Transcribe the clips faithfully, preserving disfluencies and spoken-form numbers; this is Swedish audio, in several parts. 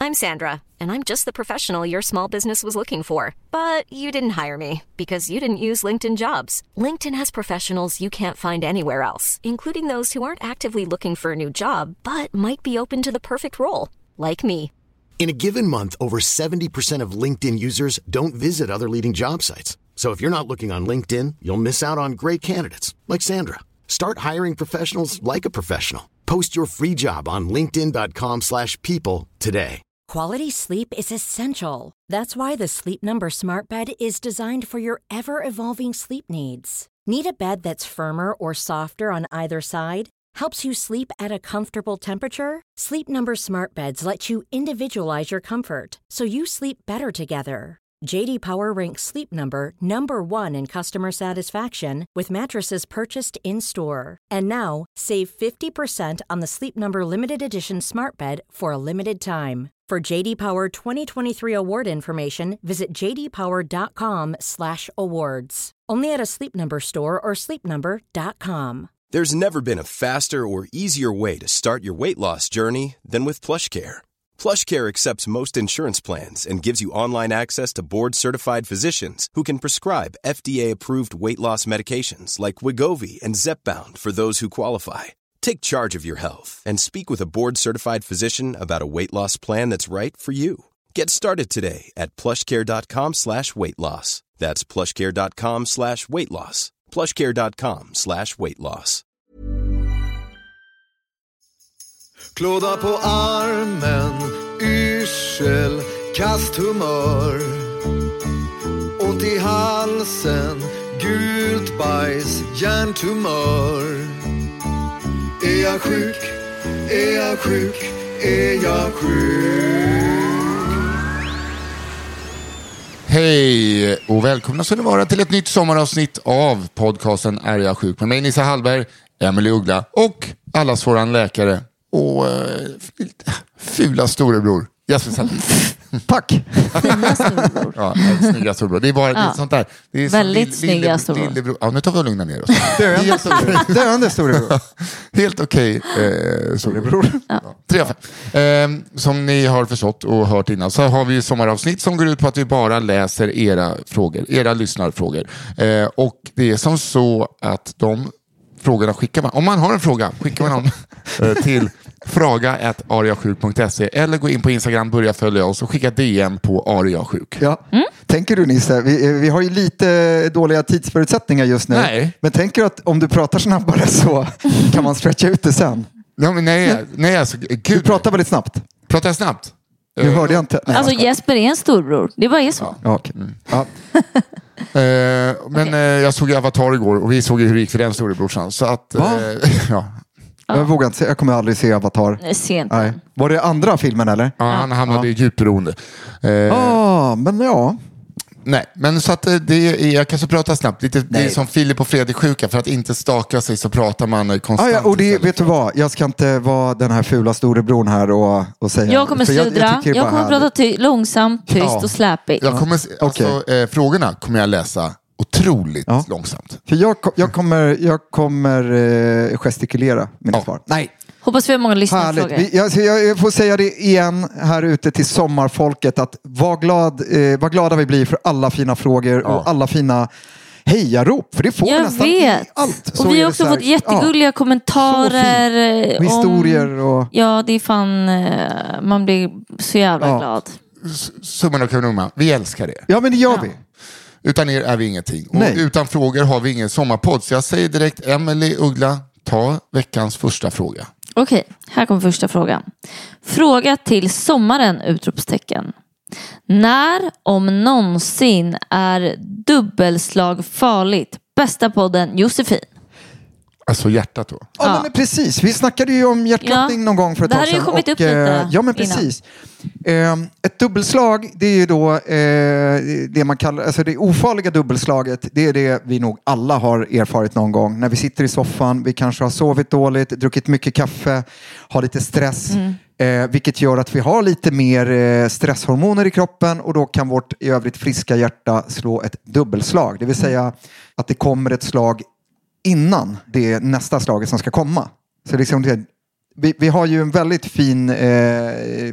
I'm Sandra, and I'm just the professional your small business was looking for. But you didn't hire me because you didn't use LinkedIn Jobs. LinkedIn has professionals you can't find anywhere else, including those who aren't actively looking for a new job, but might be open to the perfect role, like me. In a given month, over seventy percent of LinkedIn users don't visit other leading job sites. So if you're not looking on LinkedIn, you'll miss out on great candidates like Sandra. Start hiring professionals like a professional. Post your free job on linkedin dot com slash people today. Quality sleep is essential. That's why the Sleep Number Smart Bed is designed for your ever-evolving sleep needs. Need a bed that's firmer or softer on either side? Helps you sleep at a comfortable temperature? Sleep Number Smart Beds let you individualize your comfort so you sleep better together. J D Power ranks Sleep Number number one in customer satisfaction with mattresses purchased in-store. And now, save fifty percent on the Sleep Number Limited Edition Smart Bed for a limited time. For J D Power twenty twenty-three award information, visit j d power dot com slash awards. Only at a Sleep Number store or sleep number dot com. There's never been a faster or easier way to start your weight loss journey than with PlushCare. PlushCare accepts most insurance plans and gives you online access to board-certified physicians who can prescribe F D A-approved weight loss medications like Wegovy and Zepbound for those who qualify. Take charge of your health and speak with a board-certified physician about a weight loss plan that's right for you. Get started today at plushcare.com slash weight loss. That's plushcare.com slash weight loss. plushcare.com slash weight loss. Klåda på armen, yrsel, kasthumör. Ont i halsen, gult bajs, hjärntumör. Är jag sjuk, är jag sjuk, är jag sjuk? Hej och välkomna ska ni vara till ett nytt sommaravsnitt av podcasten Är jag sjuk? Med mig Nissa Hallberg, Emelie Uggla och allas våran läkare och uh, fula storebror Jesper Salin. Tack. Fina storebror. Ja, snygga storebror. Det är bara ja. det är sånt där. Det är väldigt lill, snygga lille, storebror. Lillebror. Ja, nu tar vi och lugna ner oss. Döende storebror. Döende storebror. Helt okej okay, eh, storebror. Ja. Tre av fem. Eh, som ni har förstått och hört innan så har vi sommaravsnitt som går ut på att vi bara läser era frågor, era lyssnarfrågor. Eh, och det är som så att de frågorna skickar man. Om man har en fråga skickar man dem till fraga at ariasjuk punkt se eller gå in på Instagram, börja följa oss och skicka D M på ariasjuk. Ja. Mm. Tänker du Nisse, vi, vi har ju lite dåliga tidsförutsättningar just nu. Nej. Men tänker du att om du pratar snabbare så kan man stretcha ut det sen? Ja, men nej, nej alltså, gud. Du pratar väldigt snabbt. Pratar jag snabbt? Nu hörde jag inte. Nej, alltså jag Jesper är en storbror. Det bara är så. Ja, okej. Mm. Ja. Uh, men okay. uh, jag såg Avatar igår och vi såg hur det gick för den storebrorsan. Så att, uh, ja. Jag vågar inte se, jag kommer aldrig se Avatar. Nej, sent. Nej. Var det andra filmen eller? Ja, han hamnade ja. i djupberoende. Ja, uh, ah, men ja. Nej, men så att det är, jag kan så prata snabbt. Lite, det är som Filip och Fredrik sjuka. För att inte staka sig så pratar man konstant. Ah, ja, och det, vet du vad? Jag ska inte vara den här fula storebror här och, och säga. Jag kommer sludra. Jag, jag kommer prata ty- långsamt, tyst ja. och släpigt. Jag kommer, alltså, okay. eh, frågorna kommer jag läsa otroligt ja. långsamt. För jag, jag kommer, jag kommer eh, gestikulera mina ja. svar. Nej. Hoppas vi har många lyssnarfrågor. Jag, jag får säga det igen här ute till sommarfolket att var, glad, eh, var glada vi blir för alla fina frågor ja. och alla fina hejarop. För det får jag vi nästan vet. i allt. Och så vi har också fått jättegulliga ja. kommentarer. Och historier. Om, och... Ja, det är fan... Man blir så jävla ja. glad. Summan och kardemumman. Vi älskar det. Ja, men det gör ja. vi. Utan er är vi ingenting. Och utan frågor har vi ingen sommarpodd. Så jag säger direkt, Emelie Uggla, ta veckans första fråga. Okej, här kommer första frågan. Fråga till sommaren, utropstecken. När, om någonsin, är dubbelslag farligt? Bästa podden, Josefin. Alltså hjärtat då? Ja, ja. men precis. Vi snackade ju om hjärtklappning ja. någon gång för ett tag sedan. Det här har ju kommit och, upp lite Ja, men precis. Innan. Ett dubbelslag, det är ju då eh, det man kallar, alltså det ofarliga dubbelslaget. Det är det vi nog alla har erfarit någon gång. När vi sitter i soffan, vi kanske har sovit dåligt, druckit mycket kaffe, har lite stress. Mm. Eh, vilket gör att vi har lite mer eh, stresshormoner i kroppen och då kan vårt i övrigt friska hjärta slå ett dubbelslag. Det vill säga att det kommer ett slag innan det är nästa slaget som ska komma. Så liksom det, vi, vi har ju en väldigt fin eh,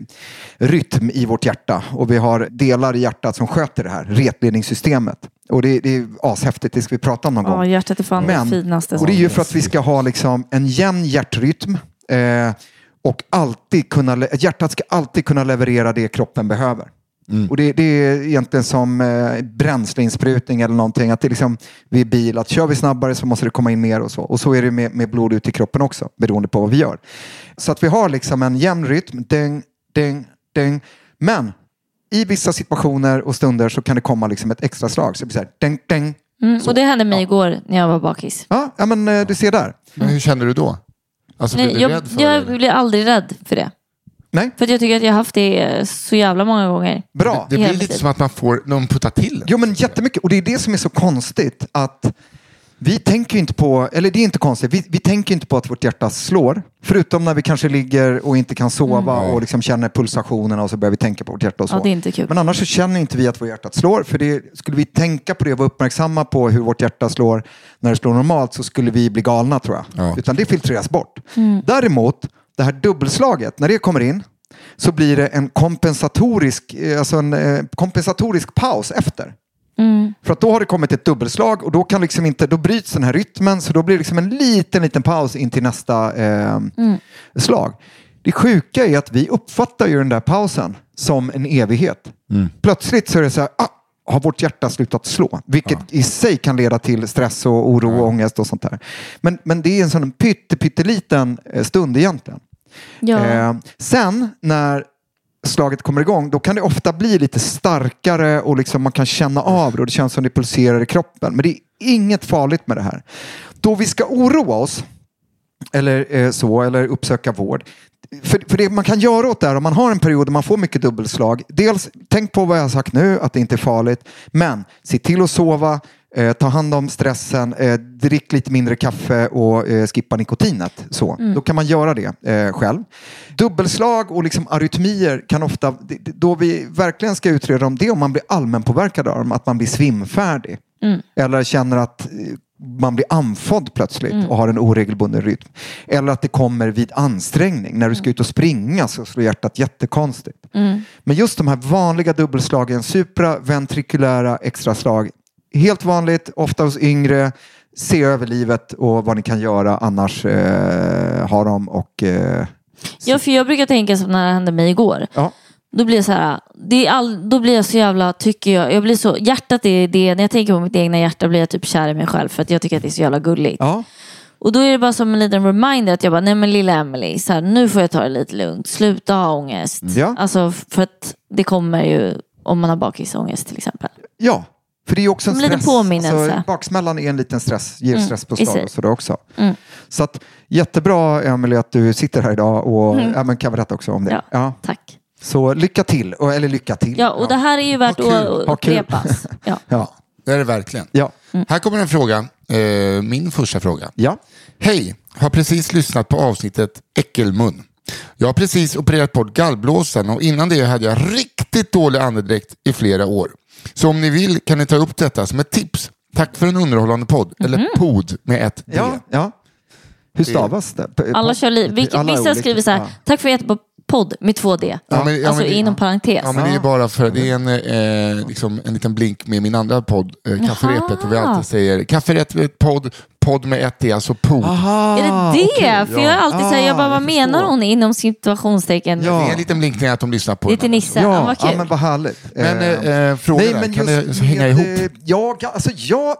rytm i vårt hjärta och vi har delar i hjärtat som sköter det här, retledningssystemet. Och det, det är ashäftigt, det ska vi prata om någon Ja, gång. hjärtat är fan Men, det finaste. och det är ju för att vi ska ha liksom en jämn hjärtrytm eh, och alltid kunna, hjärtat ska alltid kunna leverera det kroppen behöver. Mm. Och det, det är egentligen som eh, bränsleinsprutning eller någonting. Att det liksom, vid bil, att kör vi snabbare så måste det komma in mer och så. Och så är det med, med blod ut i kroppen också, beroende på vad vi gör. Så att vi har liksom en jämn rytm, ding, ding, ding. Men i vissa situationer och stunder så kan det komma liksom ett extra slag. Så det blir så här, ding, ding. Mm, och det hände mig ja. igår när jag var bakis. Ja, ja men eh, du ser där. Men hur kände du då? Alltså, blev Nej, du jag, rädd för jag det? blir aldrig rädd för det. Nej. För att jag tycker att jag har haft det så jävla många gånger. Bra. Det, det blir lite som att man får någon putta till. Jo men jättemycket. Och det är det som är så konstigt. Att vi tänker inte på, eller det är inte konstigt, vi, vi tänker inte på att vårt hjärta slår. Förutom när vi kanske ligger och inte kan sova mm. och liksom känner pulsationerna och så börjar vi tänka på vårt hjärta och så. Ja, det är inte kul. Men annars så känner inte vi att vårt hjärta slår. För det, skulle vi tänka på det och vara uppmärksamma på hur vårt hjärta slår när det slår normalt så skulle vi bli galna tror jag. Ja. Utan det filtreras bort. Mm. Däremot, det här dubbelslaget, när det kommer in så blir det en kompensatorisk, alltså en eh, kompensatorisk paus efter. Mm. För att då har det kommit ett dubbelslag och då kan liksom inte, då bryts den här rytmen så då blir det liksom en liten, liten paus in till nästa eh, mm. slag. Det sjuka är att vi uppfattar ju den där pausen som en evighet. Mm. Plötsligt så är det så här, ah, har vårt hjärta slutat slå? Vilket ja. i sig kan leda till stress och oro ja. och ångest och sånt där. Men, men det är en sån pytte, pytteliten stund egentligen. Ja. Eh, sen när slaget kommer igång då kan det ofta bli lite starkare och liksom man kan känna av det och det känns som det pulserar i kroppen. Men det är inget farligt med det här. Då vi ska oroa oss eller eh, så eller uppsöka vård. För, för det man kan göra åt det här om man har en period där man får mycket dubbelslag. Dels tänk på vad jag har sagt nu att det inte är farligt. Men se till att sova. Eh, ta hand om stressen, eh, drick lite mindre kaffe och eh, skippa nikotinet. Så. Mm. Då kan man göra det eh, själv. Dubbelslag och liksom arytmier kan ofta, då vi verkligen ska utreda dem, det om man blir allmänpåverkad av dem, att man blir svimfärdig. Mm. Eller känner att man blir andfådd plötsligt mm. och har en oregelbunden rytm. Eller att det kommer vid ansträngning. När du ska ut och springa så slår hjärtat jättekonstigt. Mm. Men just de här vanliga dubbelslagen, supraventrikulära extraslag, helt vanligt, ofta hos yngre. Se över livet och vad ni kan göra. Annars eh, har de och... Eh, ja, för jag brukar tänka som när det hände mig igår. Ja. Då blir jag så här... Det är all, då blir jag så jävla, tycker jag... jag blir så, hjärtat är det... När jag tänker på mitt egna hjärta blir jag typ kär i mig själv. För att jag tycker att det är så jävla gulligt. Ja. Och då är det bara som en liten reminder att jag bara... Nej men lilla Emily, så här, nu får jag ta det lite lugnt. Sluta ha ångest. Ja. Alltså för att det kommer ju... Om man har bakisångest till exempel. Ja. För det är också en, en stress. Alltså, baksmällan är en liten stress. Ger mm. stresspåslag och så det också. Mm. Så att, jättebra Emily att du sitter här idag och mm. ja, men kan berätta också om det. Ja, ja. Tack. Så lycka till. Eller lycka till. Ja, och ja. det här är ju värt att upprepas. Ja. ja, det är det verkligen. Ja. Mm. Här kommer en fråga. Eh, min första fråga. Ja. Hej, har precis lyssnat på avsnittet Äckelmun. Jag har precis opererat bort gallblåsan och innan det hade jag riktigt dålig andedräkt i flera år. Så om ni vill kan ni ta upp detta som ett tips. Tack för en underhållande podd. Mm. Eller pod med ett D. Ja, ja. Hur stavas det? Alla kör li- Vilka, Alla vissa skriver så här, ja. Tack för jättebra podd med två D. Ja, men, ja, alltså men, inom parentes. Ja, men det är bara för det är en, eh, liksom en liten blink med min andra podd, eh, Kafferepet. Och vi alltid säger Kafferepet podd, podd med ett D, alltså pod. Aha, är det det? Okay, för ja. jag är alltid ah, säger, jag bara, vad menar hon inom situationstecken? Ja. Det är en liten blinkning att de lyssnar på lite Nisse, ja, ja, vad kul. Ja, men vad härligt. Men eh, frågan Nej, men kan just, det hänga ihop? Ja, alltså jag...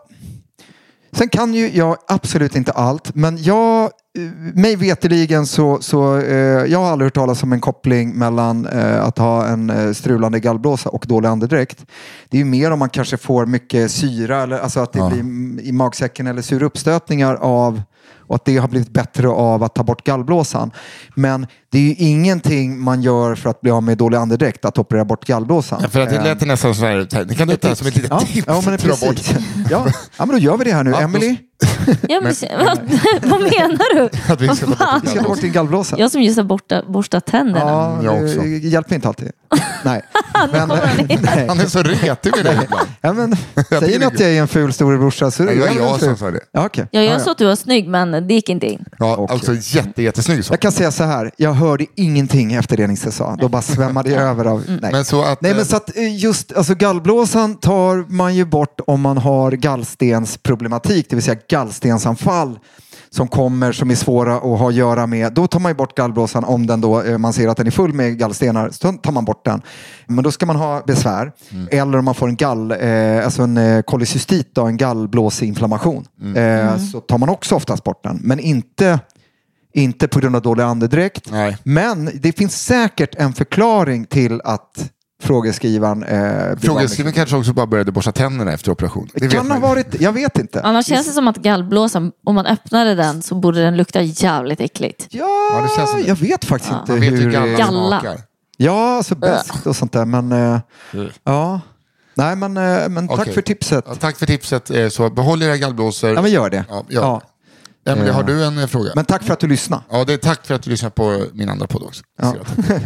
Sen kan ju jag absolut inte allt, men jag, mig veteligen så, så eh, jag har aldrig hört talas om en koppling mellan eh, att ha en eh, strulande gallblåsa och dålig andedräkt. Det är ju mer om man kanske får mycket syra, eller alltså att det ja. blir i magsäcken eller sura uppstötningar av, och att det har blivit bättre av att ta bort gallblåsan. Men det är ju ingenting man gör för att bli av med dålig andedräkt, att operera bort gallblåsan. Ja, för att det lät det nästan så här, det kan du ta som ett litet ja, tips. Ja, men precis. Ja. ja, men då gör vi det här nu. Ja, Emily? Ja, men, vad, vad menar du? Att vi ska ta bort, bort din gallblåsa. Jag som just har borsta, borsta tänderna. Ja, jag också. Hjälper inte alltid. Nej. Men, nej. Han är så retig med det. Ja, men, säger ni att jag är en ful storebrorsa så ja, jag är jag som sa det. Ja, okay. ja, jag ja, sa att du var snygg, men men det gick inte in. Ja, Okej. alltså jätte, jättesnygg så. Jag kan säga så här, jag hörde ingenting efter det Nisse sa. Då bara svämmade jag över av... Nej. Men så att, Nej, men så att eh, just alltså gallblåsan tar man ju bort om man har gallstensproblematik, det vill säga gallstensanfall som kommer som är svåra att ha att göra med. Då tar man ju bort gallblåsan om den då, eh, man ser att den är full med gallstenar, så tar man bort den. Men då ska man ha besvär. Mm. Eller om man får en gall, eh, alltså en eh, kollicystit, då, en gallblåsinflammation. Mm. Eh, mm. Så tar man också oftast bort den. Men inte... Inte på grund av dålig andedräkt. Nej. Men det finns säkert en förklaring till att frågeskrivaren... Eh, frågeskrivaren kanske också bara började borsta tänderna efter operation. Det, det kan ha varit, jag vet inte. Annars känns det som att gallblåsan, om man öppnade den så borde den lukta jävligt äckligt. Ja, ja det känns jag vet faktiskt ja. inte man vet hur... hur galla smakar. Ja, alltså bäst och sånt där. Men eh, mm. ja... Nej, men, eh, men tack okay. för tipset. Ja, tack för tipset. Eh, så behåll era gallblåsor. Ja, men gör det. Ja, gör ja. Emelie, har du en eh, fråga? Men tack för att du lyssnade. Ja, det är tack för att du lyssnar på min andra podd också. Ja.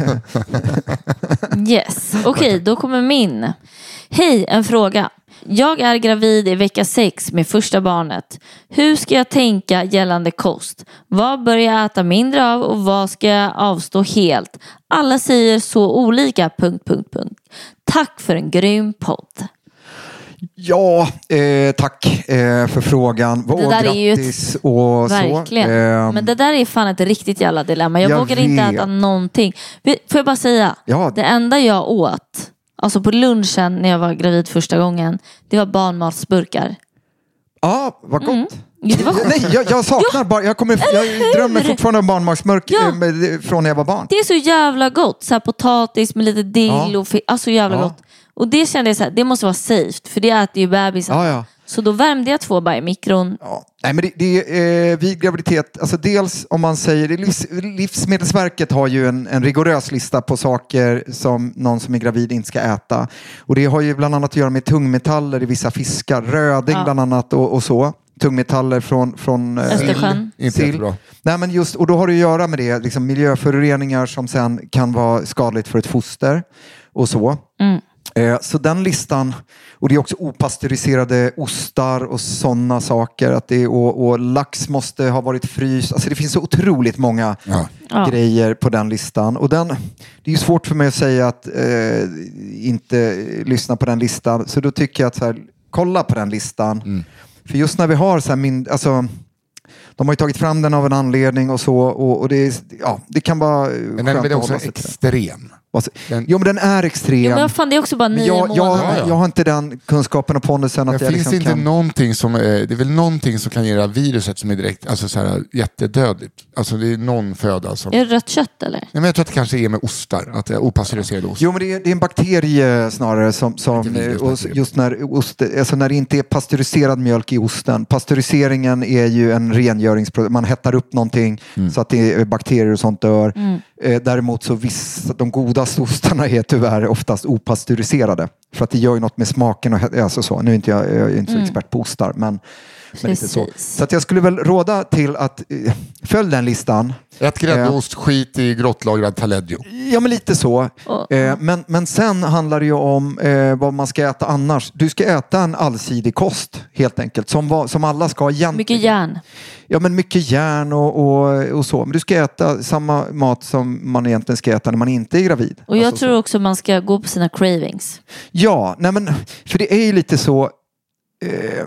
Yes, okej, okay, då kommer min. Hej, en fråga. Jag är gravid i vecka sex med första barnet. Hur ska jag tänka gällande kost? Vad bör jag äta mindre av och vad ska jag avstå helt? Alla säger så olika... Punkt, punkt, punkt. Tack för en grym podd. Ja, eh, tack eh, för frågan. Det och där grattis är ju ett... och verkligen. så. Eh, Men det där är fan ett riktigt jävla dilemma. Jag, jag vågar vet. inte äta någonting. Får jag bara säga, ja. det enda jag åt, alltså på lunchen när jag var gravid första gången, det var barnmatsburkar. Ja, vad gott. Mm. Det var... Nej, jag, jag saknar bara, jag, kommer, jag drömmer fortfarande om barnmatsmörk ja. med, från när jag var barn. Det är så jävla gott, så här potatis med lite dill ja. och fi- alltså jävla ja. gott. Och det kände jag så här, det måste vara safe, för det äter ju bebisen. Ja, ja. Så då värmde jag två bara i mikron. Ja. Nej, men det, det är eh, vid graviditet, alltså dels om man säger, det, livs, Livsmedelsverket har ju en, en rigorös lista på saker som någon som är gravid inte ska äta. Och det har ju bland annat att göra med tungmetaller i vissa fiskar, röding ja. bland annat och, och så. Tungmetaller från, från Östersjön. Eh, sill. Nej, men just, och då har det att göra med det, liksom miljöföroreningar som sen kan vara skadligt för ett foster och så. Mm. Så den listan, och det är också opastöriserade ostar och sådana saker, att det är, och, och lax måste ha varit fryst, alltså det finns så otroligt många ja. grejer på den listan, och den, det är ju svårt för mig att säga att eh, inte lyssna på den listan, så då tycker jag att så här, kolla på den listan, mm. för just när vi har så här min, alltså de har ju tagit fram den av en anledning och så, och, och det, ja, det kan vara men den är också extrem. Den, jo, men den är extrem. Jo, men fan, det är också bara nio jag, månader. Jag, jag, jag har inte den kunskapen och pondusen. Att det finns liksom inte kan... någonting som, det är väl någonting som kan göra viruset som är direkt, alltså så här, jättedödligt. Alltså det är någon föda som... Är det rött kött eller? Nej, men jag tror att det kanske är med ostar, att det är opastöriserad ost. Jo, men det är, det är en bakterie snarare som, som och just när, ost, alltså när det inte är pasteuriserad mjölk i osten. Pasteuriseringen är ju en rengöringsprodukt. Man hettar upp någonting mm. så att det är bakterier och sånt dör. Mm. Eh, däremot så vissa, de goda ostarna är tyvärr oftast opastöriserade. För att det gör ju något med smaken och alltså så. Nu är inte jag, jag är inte så mm. expert på ostar, men, men lite så. Så att jag skulle väl råda till att eh, följ den listan. Ett gräddost, eh, skit i grottlagrad taleggio. Ja, men lite så. Oh. Eh, men, men sen handlar det ju om eh, vad man ska äta annars. Du ska äta en allsidig kost, helt enkelt. Som, som alla ska egentligen. Mycket järn. Ja, men mycket järn och, och, och så. Men du ska äta samma mat som man egentligen ska äta när man inte är gravid. Och jag alltså, tror så. också man ska gå på sina cravings. Ja, nej men, för det är ju lite så... Eh,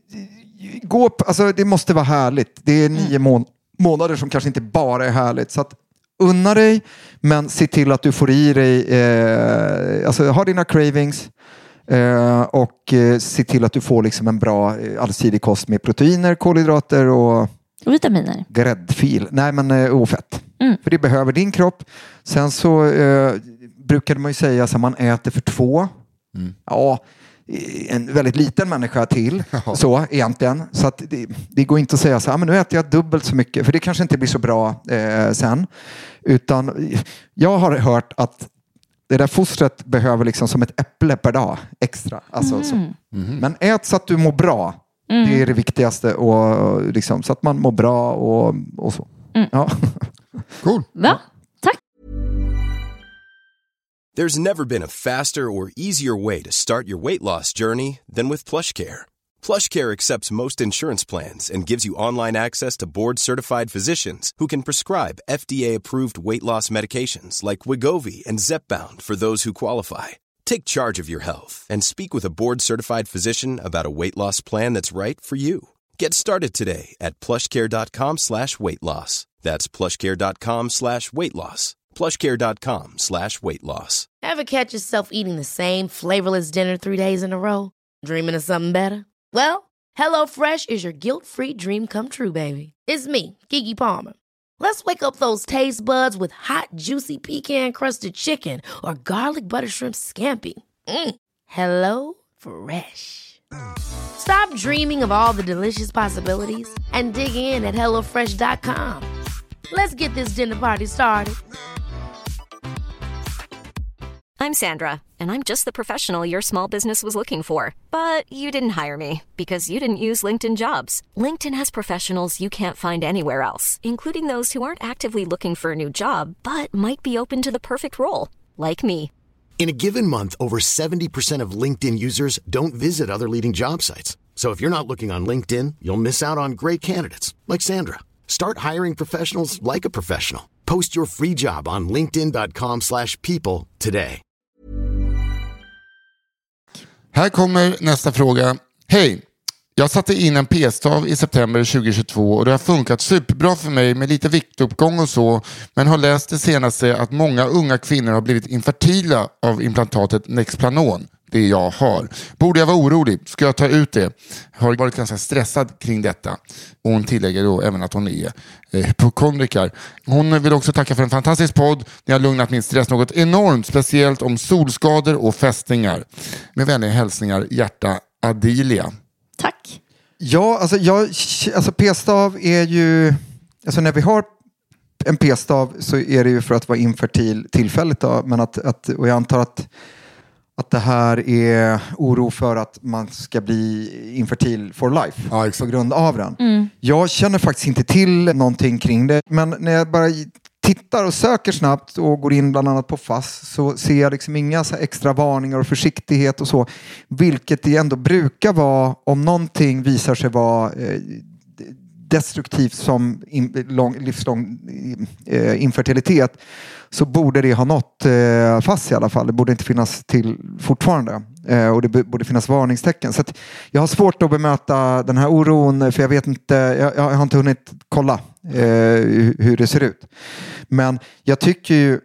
gå på, alltså det måste vara härligt. Det är nio mm. månader. månader som kanske inte bara är härligt. Så att unna dig, men se till att du får i dig, eh, alltså ha dina cravings eh, och eh, se till att du får liksom en bra eh, allsidig kost med proteiner, kolhydrater och, och vitaminer. Gräddfil. Nej, men eh, och fett. Mm. För det behöver din kropp. Sen så eh, brukade man ju säga att man äter för två. Mm. Ja, en väldigt liten människa till, ja. så egentligen. Så att det, det går inte att säga så här, men nu äter jag dubbelt så mycket, för det kanske inte blir så bra eh, sen. Utan jag har hört att det där fostret behöver liksom som ett äpple per dag extra. Alltså, mm. så. Mm. Men ät så att du mår bra. Mm. Det är det viktigaste, och liksom, så att man mår bra och, och så. Mm. Ja. Cool. Va? Tack. There's never been a faster or easier way to start your weight loss journey than with PlushCare. PlushCare accepts most insurance plans and gives you online access to board-certified physicians who can prescribe F D A-approved weight loss medications like Wegovy and Zepbound for those who qualify. Take charge of your health and speak with a board-certified physician about a weight loss plan that's right for you. Get started today at plushcare.com slash weight loss. That's plushcare.com slash weight loss. plushcare.com slash weight loss. Ever catch yourself eating the same flavorless dinner three days in a row? Dreaming of something better? Well, HelloFresh is your guilt-free dream come true, baby. It's me, Keke Palmer. Let's wake up those taste buds with hot, juicy pecan-crusted chicken or garlic butter shrimp scampi. Mm. Hello Fresh. Stop dreaming of all the delicious possibilities and dig in at hello fresh dot com. Let's get this dinner party started. I'm Sandra, and I'm just the professional your small business was looking for. But you didn't hire me because you didn't use LinkedIn Jobs. LinkedIn has professionals you can't find anywhere else, including those who aren't actively looking for a new job, but might be open to the perfect role, like me. In a given month, over seventy percent of LinkedIn users don't visit other leading job sites. So if you're not looking on LinkedIn, you'll miss out on great candidates like Sandra. Start hiring professionals like a professional. Post your free job on linkedin.com slash people today. Här kommer nästa fråga. Hej! Jag satte in en p-stav i september tjugohundratjugotvå och det har funkat superbra för mig med lite viktuppgång och så, men har läst det senaste att många unga kvinnor har blivit infertila av implantatet Nexplanon, det jag har. Borde jag vara orolig? Ska jag ta ut det? Har varit ganska stressad kring detta. Och hon tillägger då även att hon är eh, hypokondriker. Hon vill också tacka för en fantastisk podd. Ni har lugnat min stress något enormt, speciellt om solskador och fästingar. Med vänliga hälsningar, hjärta Adilia. Tack. Ja, alltså, jag, alltså p-stav är ju... Alltså när vi har en p-stav så är det ju för att vara infertil tillfälligt. Då, men att, att, och jag antar att, att det här är oro för att man ska bli infertil for life. Ja, på grund av den. Mm. Jag känner faktiskt inte till någonting kring det. Men när jag bara tittar och söker snabbt och går in bland annat på F A S så ser jag liksom inga så extra varningar och försiktighet och så. Vilket det ändå brukar vara om någonting visar sig vara eh, destruktivt som in, lång, livslång eh, infertilitet, så borde det ha nått eh, fast i alla fall. Det borde inte finnas till fortfarande. Eh, och det b- borde finnas varningstecken. Så att jag har svårt att bemöta den här oron, för jag vet inte, jag, jag har inte hunnit kolla eh, hur det ser ut. Men jag tycker ju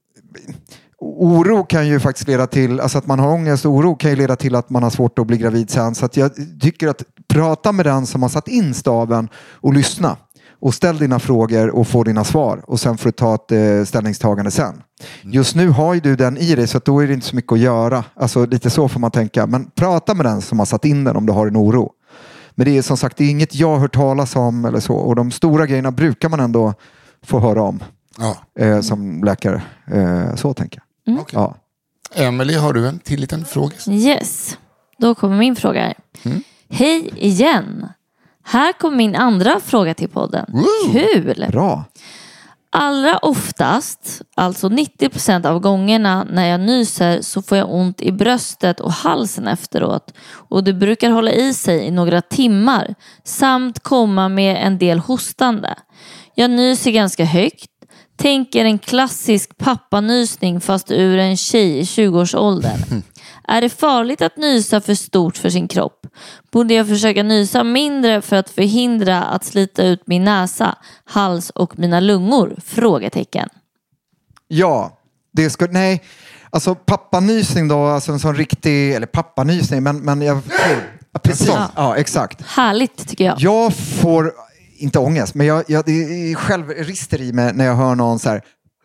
oro kan ju faktiskt leda till, alltså att man har ångest och oro kan ju leda till att man har svårt att bli gravid sen. Så att jag tycker att prata med den som har satt in staven och lyssna. Och ställ dina frågor och få dina svar. Och sen får du ta ett eh, ställningstagande sen. Just nu har ju du den i dig, så att då är det inte så mycket att göra. Alltså lite så får man tänka. Men prata med den som har satt in den om du har en oro. Men det är som sagt, det är inget jag har hört talas om eller så. Och de stora grejerna brukar man ändå få höra om. Ja. Eh, som läkare. Eh, så tänker jag. Mm. Okay. Ja. Emily, har du en till liten fråga? Yes, då kommer min fråga. Mm. Hej igen. Här kommer min andra fråga till podden. Woo! Kul! Bra! Allra oftast, alltså nittio procent av gångerna när jag nyser, så får jag ont i bröstet och halsen efteråt. Och det brukar hålla i sig i några timmar samt komma med en del hostande. Jag nyser ganska högt. Tänker en klassisk pappanysning fast ur en tjej i tjugoårsåldern. Är det farligt att nysa för stort för sin kropp? Borde jag försöka nysa mindre för att förhindra att slita ut min näsa, hals och mina lungor? Frågetecken. Ja, det ska... Nej, alltså pappanysning då, alltså en sån riktig... Eller pappanysning, men, men jag... Ja, precis, ja. Ja, exakt. Härligt tycker jag. Jag får... Inte ångest, men jag, jag det är själv rister i mig när jag hör någon så här...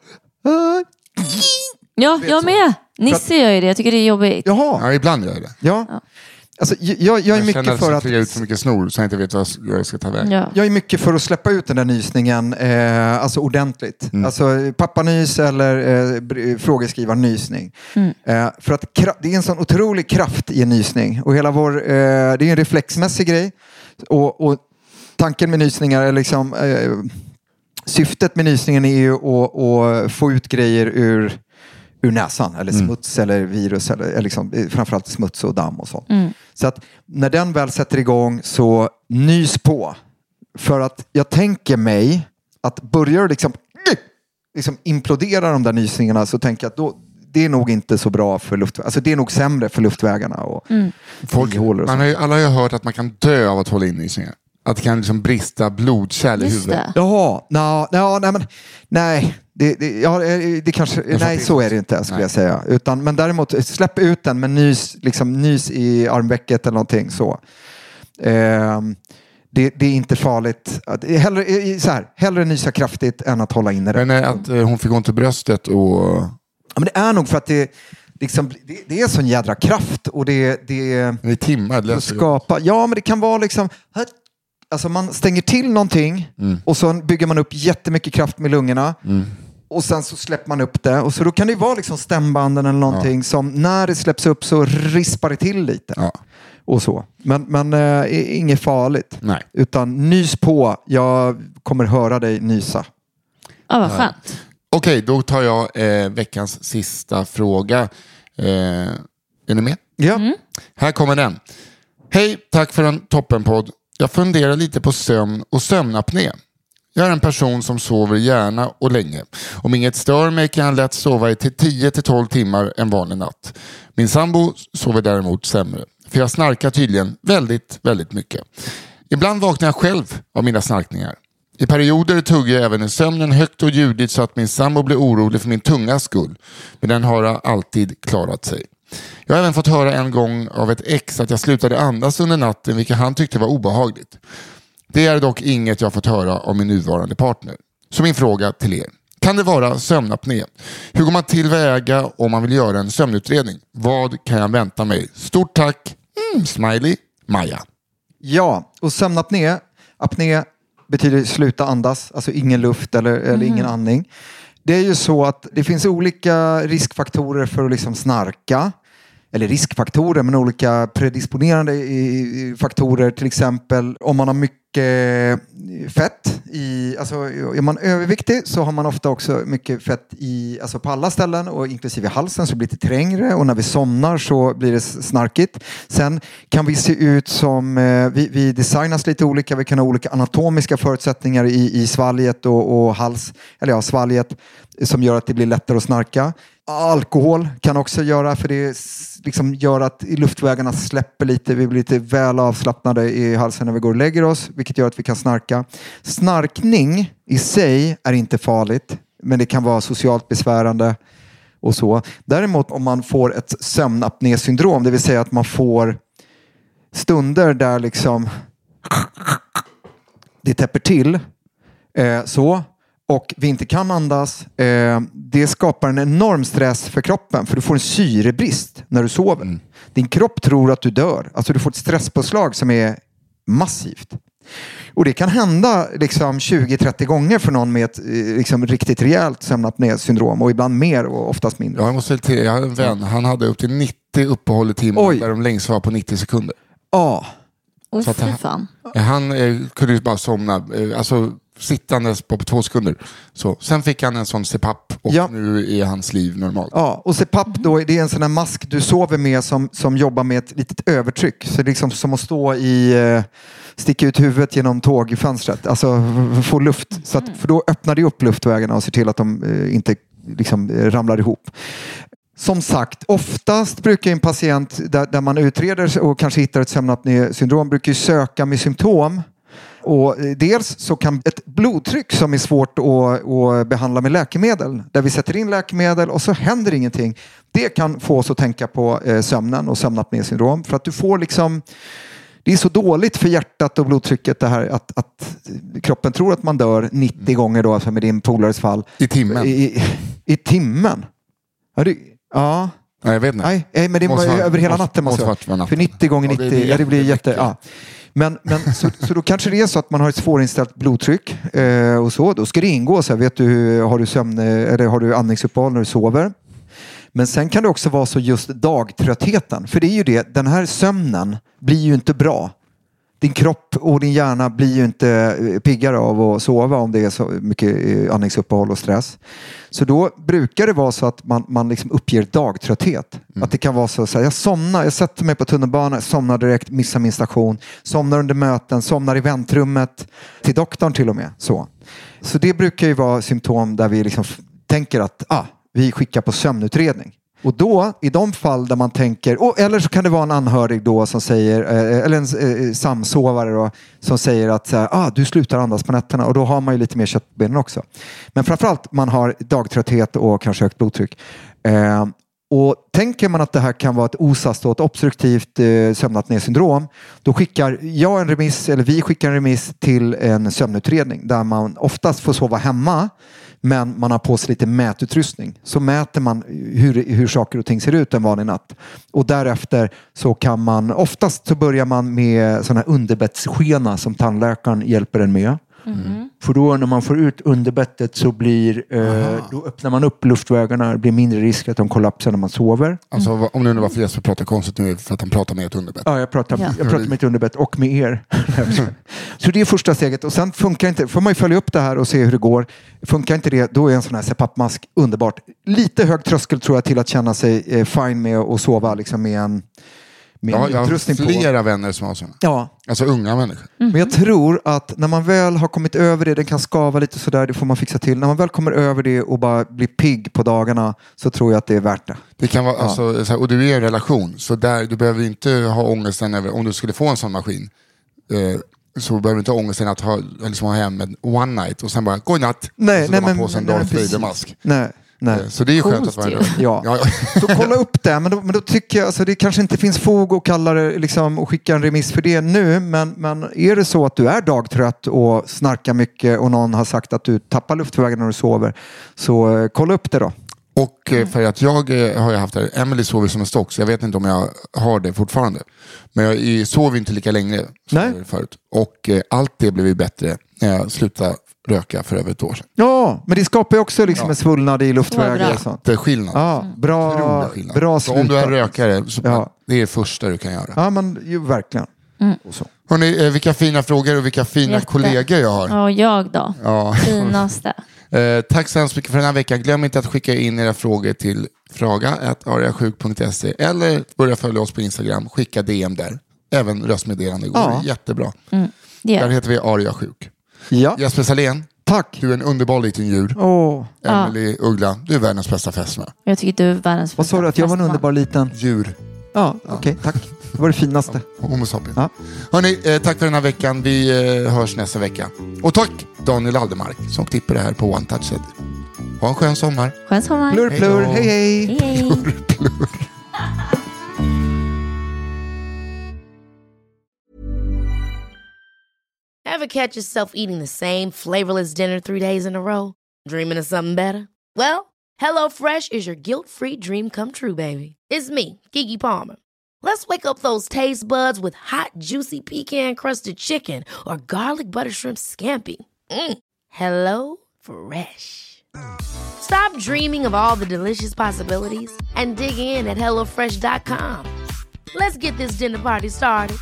Ja, jag med. Nisse gör ju det. Jag tycker det är jobbigt. Jaha. Ja, ibland gör jag det. Ja. Ja. Alltså, jag, jag, jag är jag mycket för att... Jag ut så mycket snor så jag inte vet vad jag ska ta väg. Ja. Jag är mycket för att släppa ut den där nysningen eh, alltså ordentligt. Mm. Alltså pappanys eller eh, frågeskrivarnysning. Mm. Eh, för att kra- det är en sån otrolig kraft i en nysning. Och hela vår... Eh, det är en reflexmässig grej. Och... och tanken med nysningar är liksom... Eh, syftet med nysningen är ju att, att få ut grejer ur, ur näsan. Eller Mm. smuts eller virus. Eller, eller liksom, framförallt smuts och damm och sånt. Mm. Så att när den väl sätter igång så nys på. För att jag tänker mig att börjar liksom, liksom implodera de där nysningarna så tänker jag att då, det är nog inte så bra för luftvägarna. Alltså det är nog sämre för luftvägarna. Och Mm. Folk, man har ju, alla har ju hört att man kan dö av att hålla in nysningar. Att det kan liksom brista blodkärl i Just huvudet. det. Jaha, no, no, nej men nej. Det, det, ja, det kanske, nej så är det inte skulle nej. jag säga. Utan, men däremot släpp ut den med nys, liksom, nys i armvecket eller någonting så. Ehm, det, det är inte farligt. Hellre, så här, hellre nysa kraftigt än att hålla inne det. Men att eh, hon fick ont i bröstet och... Ja, men det är nog för att det, liksom, det, det är sån jädra kraft och det, det, det är timmar. Det att skapa. Ja, men det kan vara liksom... Alltså man stänger till någonting Mm. och så bygger man upp jättemycket kraft med lungorna. Mm. Och sen så släpper man upp det. Och så då kan det vara liksom stämbanden eller någonting Ja. som när det släpps upp så rispar det till lite. Ja. Och så. Men, men äh, inget farligt. Nej. Utan nys på. Jag kommer höra dig nysa. Ja, vad skönt. Okej, då tar jag eh, veckans sista fråga. Eh, är ni med? Ja. Här kommer den. Hej, tack för en toppenpodd. Jag funderar lite på sömn och sömnapné. Jag är en person som sover gärna och länge. Om inget stör mig kan jag lätt sova i till tio till tolv timmar en vanlig natt. Min sambo sover däremot sämre. För jag snarkar tydligen väldigt, väldigt mycket. Ibland vaknar jag själv av mina snarkningar. I perioder tuggar jag även i sömnen högt och ljudigt så att min sambo blir orolig för min tungas skull. Men den har alltid klarat sig. Jag har även fått höra en gång av ett ex att jag slutade andas under natten, vilket han tyckte var obehagligt. Det är dock inget jag fått höra av min nuvarande partner. Så min fråga till er. Kan det vara sömnapné? Hur går man tillväga om man vill göra en sömnutredning? Vad kan jag vänta mig? Stort tack. Mm, smiley. Maja. Ja, och sömnapné. Apné betyder sluta andas. Alltså ingen luft eller, eller Mm. ingen andning. Det är ju så att det finns olika riskfaktorer för att liksom snarka. Eller riskfaktorer, men olika predisponerande i- i faktorer. Till exempel om man har mycket fett i, alltså är man överviktig så har man ofta också mycket fett i, alltså på alla ställen och inklusive halsen så blir det trängre och när vi somnar så blir det snarkigt. Sen kan vi se ut som, eh, vi, vi designas lite olika, vi kan ha olika anatomiska förutsättningar i, i svalget och, och hals, eller ja, svalget som gör att det blir lättare att snarka. Alkohol kan också göra, för det liksom gör att luftvägarna släpper lite. Vi blir lite väl avslappnade i halsen när vi går och lägger oss, vilket gör att vi kan snarka. Snarkning i sig är inte farligt, men det kan vara socialt besvärande och så. Däremot om man får ett sömnapné-syndrom, det vill säga att man får stunder där liksom det täpper till eh, så och vi inte kan andas, eh, det skapar en enorm stress för kroppen för du får en syrebrist när du sover. Mm. Din kropp tror att du dör. Alltså du får ett stresspåslag som är massivt. Och det kan hända liksom tjugo till trettio gånger för någon med ett liksom, riktigt rejält sömnapné-syndrom och ibland mer och oftast mindre. Jag måste till, jag har en vän, han hade upp till nittio uppehåll i timmen. Oj. Där de längst var på nittio sekunder. Ja. Åh, så att fy han, fan. han eh, kunde ju bara somna, eh, alltså sittandes på, på två sekunder. Så, sen fick han en sån C PAP och ja. Nu är hans liv normalt. Ja, och C PAP då, det är en sån här mask du sover med som, som jobbar med ett litet övertryck. Så det är liksom som att stå i, eh, sticka ut huvudet genom tågfönstret. Alltså få luft. Så att, för då öppnar det upp luftvägarna och ser till att de eh, inte liksom, eh, ramlar ihop. Som sagt, oftast brukar en patient där, där man utreder och kanske hittar ett sömnapné-syndrom brukar ju söka med symptom. Och dels så kan ett blodtryck som är svårt att, att behandla med läkemedel, där vi sätter in läkemedel och så händer ingenting. Det kan få oss att tänka på sömnen och sömnapné-syndrom. För att du får liksom, det är så dåligt för hjärtat och blodtrycket det här att, att kroppen tror att man dör nittio gånger då, alltså med din polares fall. I timmen? I, i, i timmen? Ja, det, ja. Nej, jag vet inte. Nej, men det är över hela natten måste vara. För nittio gånger nittio, ja, det, ja, det blir jätte... Ja. Men, men så, så då kanske det är så att man har ett svårinställt blodtryck eh, och så. Då ska det ingå så här, vet du, har du sömn eller har du andningsuppehåll när du sover? Men sen kan det också vara så just dagtröttheten. För det är ju det, den här sömnen blir ju inte bra. Det din kropp och din hjärna blir ju inte piggare av att sova om det är så mycket andningsuppehåll och stress. Så då brukar det vara så att man, man liksom uppger dagtrötthet. Mm. Att det kan vara så att jag somnar, jag sätter mig på tunnelbanan, somnar direkt, missar min station, somnar under möten, somnar i väntrummet, till doktorn till och med. Så, så det brukar ju vara symptom där vi liksom tänker att ah, vi skickar på sömnutredning. Och då, i de fall där man tänker, oh, eller så kan det vara en anhörig då som säger, eh, eller en eh, samsovare då, som säger att så här, ah, du slutar andas på nätterna, och då har man ju lite mer kött på benen också. Men framförallt man har dagtrötthet och kanske högt blodtryck. Eh, och tänker man att det här kan vara ett O S A S och ett obstruktivt eh, sömnapnésyndrom, då skickar jag en remiss, eller vi skickar en remiss till en sömnutredning där man oftast får sova hemma. Men man har på sig lite mätutrustning. Så mäter man hur, hur saker och ting ser ut en vanlig natt. Och därefter så kan man, oftast så börjar man med sådana här underbettsskena som tandläkaren hjälper en med. Mm. För då när man får ut underbettet så blir, eh, då öppnar man upp luftvägarna. Det blir mindre risk att de kollapsar när man sover. Alltså mm. om nu undrar varför Jesper pratar konstigt nu, för att han pratar med ett underbett. Ja, jag pratar, ja. jag pratar med ett underbett och med er. Så det är första steget. Och sen funkar inte, får man ju följa upp det här och se hur det går. Funkar inte det, då är en sån här C PAP-mask underbart. Lite hög tröskel tror jag till att känna sig eh, fine med att sova liksom med en Ja, jag har flera på. vänner som har sådana. Ja. Alltså unga människor. Mm. Men jag tror att när man väl har kommit över det, den kan skava lite sådär, det får man fixa till. När man väl kommer över det och bara blir pigg på dagarna, så tror jag att det är värt det. Det kan vara, ja. alltså, så här, och du är i en relation, så där, du behöver inte ha ångesten över, om du skulle få en sån maskin, eh, så behöver du inte ha ångesten att ha, liksom, ha hem en one night och sen bara, gå i natt. Nej, och så nej, man men, på sig en Darth Vader-mask. Nej. Nej. Så det är ju skönt att vara ja. ja. Så kolla upp det, men då, men då tycker jag alltså, det kanske inte finns fog att kalla det liksom, och skicka en remiss för det nu, men, men är det så att du är dagtrött och snarkar mycket och någon har sagt att du tappar luftvägen när du sover, så eh, kolla upp det då. Och eh, för att jag eh, har ju haft det, Emily sover som en stock, så jag vet inte om jag har det fortfarande, men jag sover inte lika länge som Nej. förut, och eh, allt det blev ju bättre när jag slutade röka för över ett år sedan. Ja, men det skapar ju också liksom ja. en svullnad i luftvägar och sånt. Det är skillnad. Ja, bra, bra så om du är rökare, så ja. det är det första du kan göra. Ja, men ju verkligen. Mm. Och så. Hörrni, vilka fina frågor och vilka fina Jätte. kollegor jag har. Ja, jag då. Ja. Finaste. eh, tack så hemskt mycket för den här veckan. Glöm inte att skicka in era frågor till fraga at ariasjuk punkt se eller börja följa oss på Instagram. Skicka D M där. Även röstmeddelande går ja. jättebra. Mm. Yeah. Där heter vi Ariasjuk. Ja. Jesper Salén. Tack. Du är en underbar liten djur. Oh. Emily ja. Uggla, du är världens bästa fästmö. Jag tycker du är världens bästa. Vad sa du, att jag var en underbar liten djur? Ja, okej, okay, tack. Det var det finaste. Ja, homo sapiens. Ja. Hörrni, eh, tack för den här veckan. Vi eh, hörs nästa vecka. Och tack Daniel Aldermark som klipper det här på One Touch. Ha en skön sommar. Skön sommar. Plur, plur, hej hej. hej, hej. Plur, plur. Ever catch yourself eating the same flavorless dinner three days in a row? Dreaming of something better? Well, HelloFresh is your guilt-free dream come true, baby. It's me, Keke Palmer. Let's wake up those taste buds with hot, juicy pecan-crusted chicken or garlic butter shrimp scampi. Mm. Hello Fresh. Stop dreaming of all the delicious possibilities and dig in at hello fresh dot com. Let's get this dinner party started.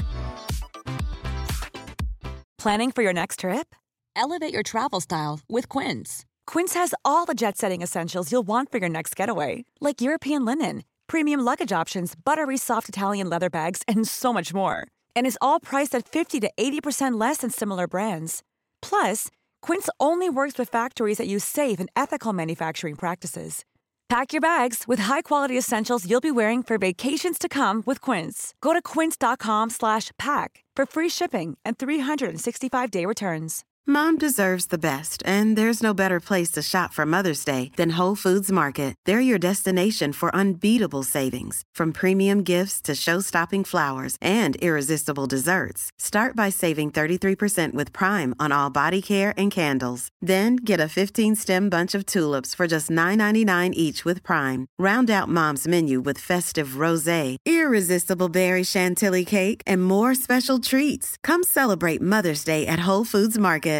Planning for your next trip? Elevate your travel style with Quince. Quince has all the jet-setting essentials you'll want for your next getaway, like European linen, premium luggage options, buttery soft Italian leather bags, and so much more. And is all priced at fifty to eighty percent less than similar brands. Plus, Quince only works with factories that use safe and ethical manufacturing practices. Pack your bags with high-quality essentials you'll be wearing for vacations to come with Quince. Go to quince.com slash pack for free shipping and three sixty-five day returns. Mom deserves the best, and there's no better place to shop for Mother's Day than Whole Foods Market. They're your destination for unbeatable savings, from premium gifts to show-stopping flowers and irresistible desserts. Start by saving thirty-three percent with Prime on all body care and candles. Then get a fifteen-stem bunch of tulips for just nine ninety-nine each with Prime. Round out Mom's menu with festive rosé, irresistible berry chantilly cake, and more special treats. Come celebrate Mother's Day at Whole Foods Market.